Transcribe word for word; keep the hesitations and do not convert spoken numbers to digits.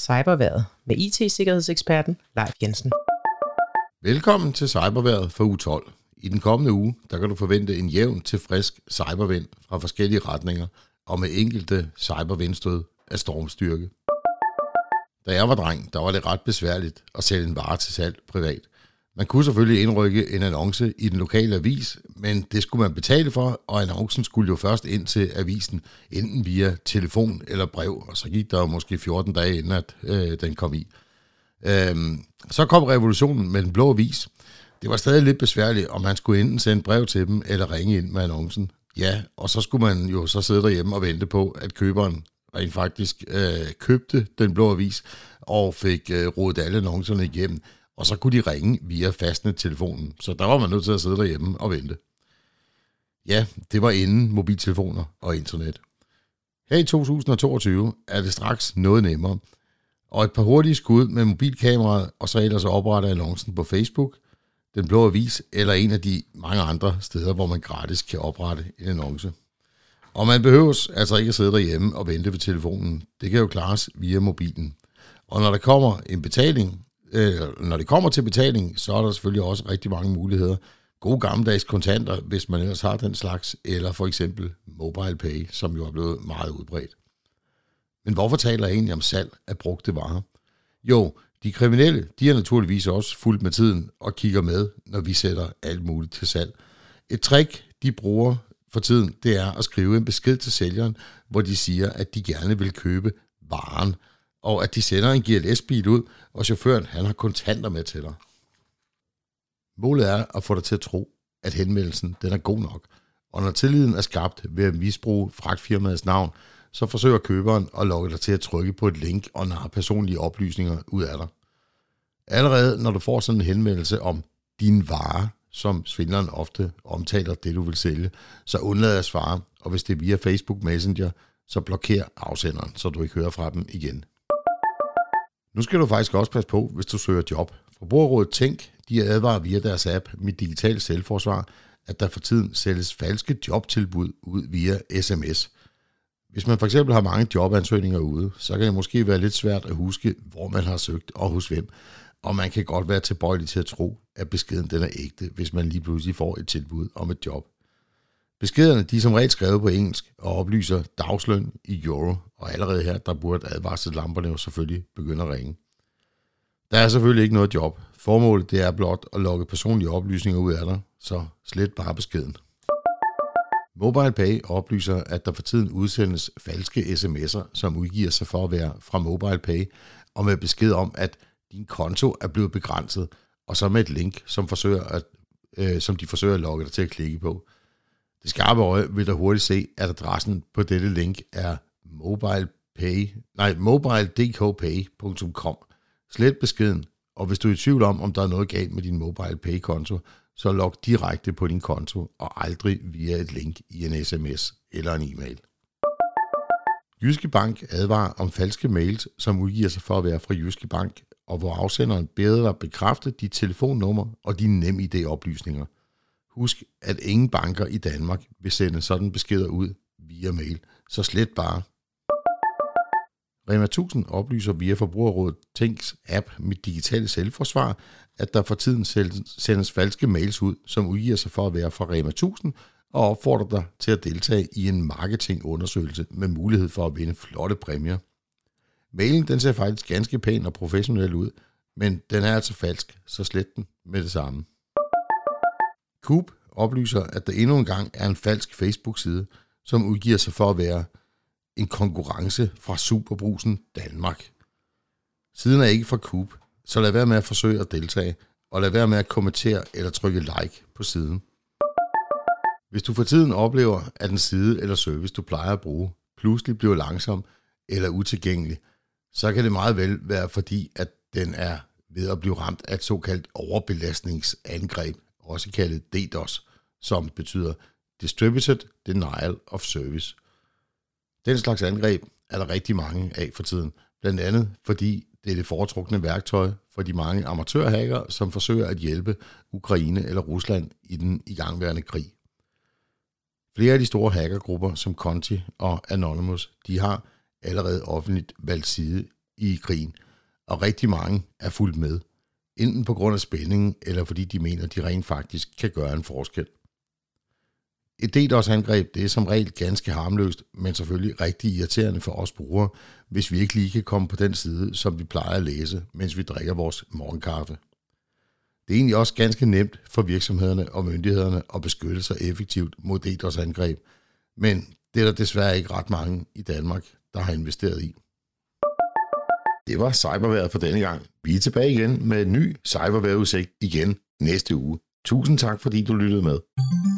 Cyberværet med I T-sikkerhedseksperten Leif Jensen. Velkommen til Cyberværet for uge tolv. I den kommende uge, der kan du forvente en jævn til frisk cybervind fra forskellige retninger og med enkelte cybervindstød af stormstyrke. Da jeg var dreng, der var det ret besværligt at sælge en vare til salg privat. Man kunne selvfølgelig indrykke en annonce i den lokale avis, men det skulle man betale for, og annoncen skulle jo først ind til avisen, enten via telefon eller brev, og så gik der jo måske fjorten dage inden, at øh, den kom i. Øhm, så kom revolutionen med den blå avis. Det var stadig lidt besværligt, om man skulle enten sende brev til dem, eller ringe ind med annoncen. Ja, og så skulle man jo så sidde derhjemme og vente på, at køberen rent faktisk øh, købte den blå avis, og fik øh, rodet alle annoncerne igennem. Og så kunne de ringe via fastnettelefonen. Så der var man nødt til at sidde derhjemme og vente. Ja, det var inden mobiltelefoner og internet. Her i to tusind og toogtyve er det straks noget nemmere. Og et par hurtige skud med mobilkameraet, og så ellers oprette annoncen på Facebook, Den Blå Avis eller en af de mange andre steder, hvor man gratis kan oprette en annonce. Og man behøver altså ikke at sidde derhjemme og vente ved telefonen. Det kan jo klares via mobilen. Og når der kommer en betaling, Når det kommer til betaling, så er der selvfølgelig også rigtig mange muligheder. Gode gammeldags kontanter, hvis man ellers har den slags, eller for eksempel mobile pay, som jo er blevet meget udbredt. Men hvorfor taler jeg egentlig om salg af brugte varer? Jo, de kriminelle, de er naturligvis også fuldt med tiden og kigger med, når vi sætter alt muligt til salg. Et trick, de bruger for tiden, det er at skrive en besked til sælgeren, hvor de siger, at de gerne vil købe varen, og at de sender en G L S-bil ud, og chaufføren han har kontanter med til dig. Målet er at få dig til at tro, at henvendelsen den er god nok, og når tilliden er skabt ved at misbruge fragtfirmaets navn, så forsøger køberen at lokke dig til at trykke på et link og narre personlige oplysninger ud af dig. Allerede når du får sådan en henvendelse om din vare, som svindleren ofte omtaler det, du vil sælge, så undlad at svare, og hvis det er via Facebook Messenger, så blokér afsenderen, så du ikke hører fra dem igen. Nu skal du faktisk også passe på, hvis du søger job. Forbrugerrådet Tænk, de advarer via deres app Mit Digitale Selvforsvar, at der for tiden sælges falske jobtilbud ud via sms. Hvis man for eksempel har mange jobansøgninger ude, så kan det måske være lidt svært at huske, hvor man har søgt og hos hvem. Og man kan godt være tilbøjelig til at tro, at beskeden den er ægte, hvis man lige pludselig får et tilbud om et job. Beskederne de er som regel skrevet på engelsk og oplyser dagsløn i euro, og allerede her der burde advarselslamperne jo selvfølgelig begynde at ringe. Der er selvfølgelig ikke noget job. Formålet det er blot at lokke personlige oplysninger ud af dig, så slet bare beskeden. MobilePay oplyser, at der for tiden udsendes falske sms'er, som udgiver sig for at være fra MobilePay, og med besked om, at din konto er blevet begrænset, og så med et link, som, forsøger at, øh, som de forsøger at lokke dig til at klikke på. Det skarpe øje vil der hurtigt se, at adressen på dette link er mobilepay, nej, mobile punktum d k pay punktum com. Slet beskeden, og hvis du er i tvivl om, om der er noget galt med din MobilePay-konto, så log direkte på din konto og aldrig via et link i en sms eller en e-mail. Jyske Bank advarer om falske mails, som udgiver sig for at være fra Jyske Bank, og hvor afsenderen beder dig bekræfte dit telefonnummer og dine NemID-oplysninger. Husk, at ingen banker i Danmark vil sende sådan beskeder ud via mail, så slet bare. Rema tusind oplyser via Forbrugerrådet Tænks app Mit Digitale Selvforsvar, at der for tiden sendes falske mails ud, som udgiver sig for at være fra Rema tusind, og opfordrer dig til at deltage i en marketingundersøgelse med mulighed for at vinde flotte præmier. Mailen den ser faktisk ganske pæn og professionel ud, men den er altså falsk, så slet den med det samme. Coop oplyser, at der endnu en gang er en falsk Facebook-side, som udgiver sig for at være en konkurrence fra Superbrugsen Danmark. Siden er ikke fra Coop, så lad være med at forsøge at deltage, og lad være med at kommentere eller trykke like på siden. Hvis du for tiden oplever, at en side eller service, du plejer at bruge, pludselig bliver langsom eller utilgængelig, så kan det meget vel være fordi, at den er ved at blive ramt af et såkaldt overbelastningsangreb, også kaldet D DoS, som betyder Distributed Denial of Service. Den slags angreb er der rigtig mange af for tiden, blandt andet fordi det er det foretrukne værktøj for de mange amatørhackere, som forsøger at hjælpe Ukraine eller Rusland i den igangværende krig. Flere af de store hackergrupper som Conti og Anonymous, de har allerede offentligt valgt side i krigen, og rigtig mange er fuldt med, enten på grund af spændingen, eller fordi de mener, at de rent faktisk kan gøre en forskel. Et DDoS-angreb, det er som regel ganske harmløst, men selvfølgelig rigtig irriterende for os brugere, hvis vi ikke lige kan komme på den side, som vi plejer at læse, mens vi drikker vores morgenkaffe. Det er egentlig også ganske nemt for virksomhederne og myndighederne at beskytte sig effektivt mod DDoS-angreb, men det er der desværre ikke ret mange i Danmark, der har investeret i. Det var cyberværet for denne gang. Vi er tilbage igen med en ny cyberværetudsigt igen næste uge. Tusind tak, fordi du lyttede med.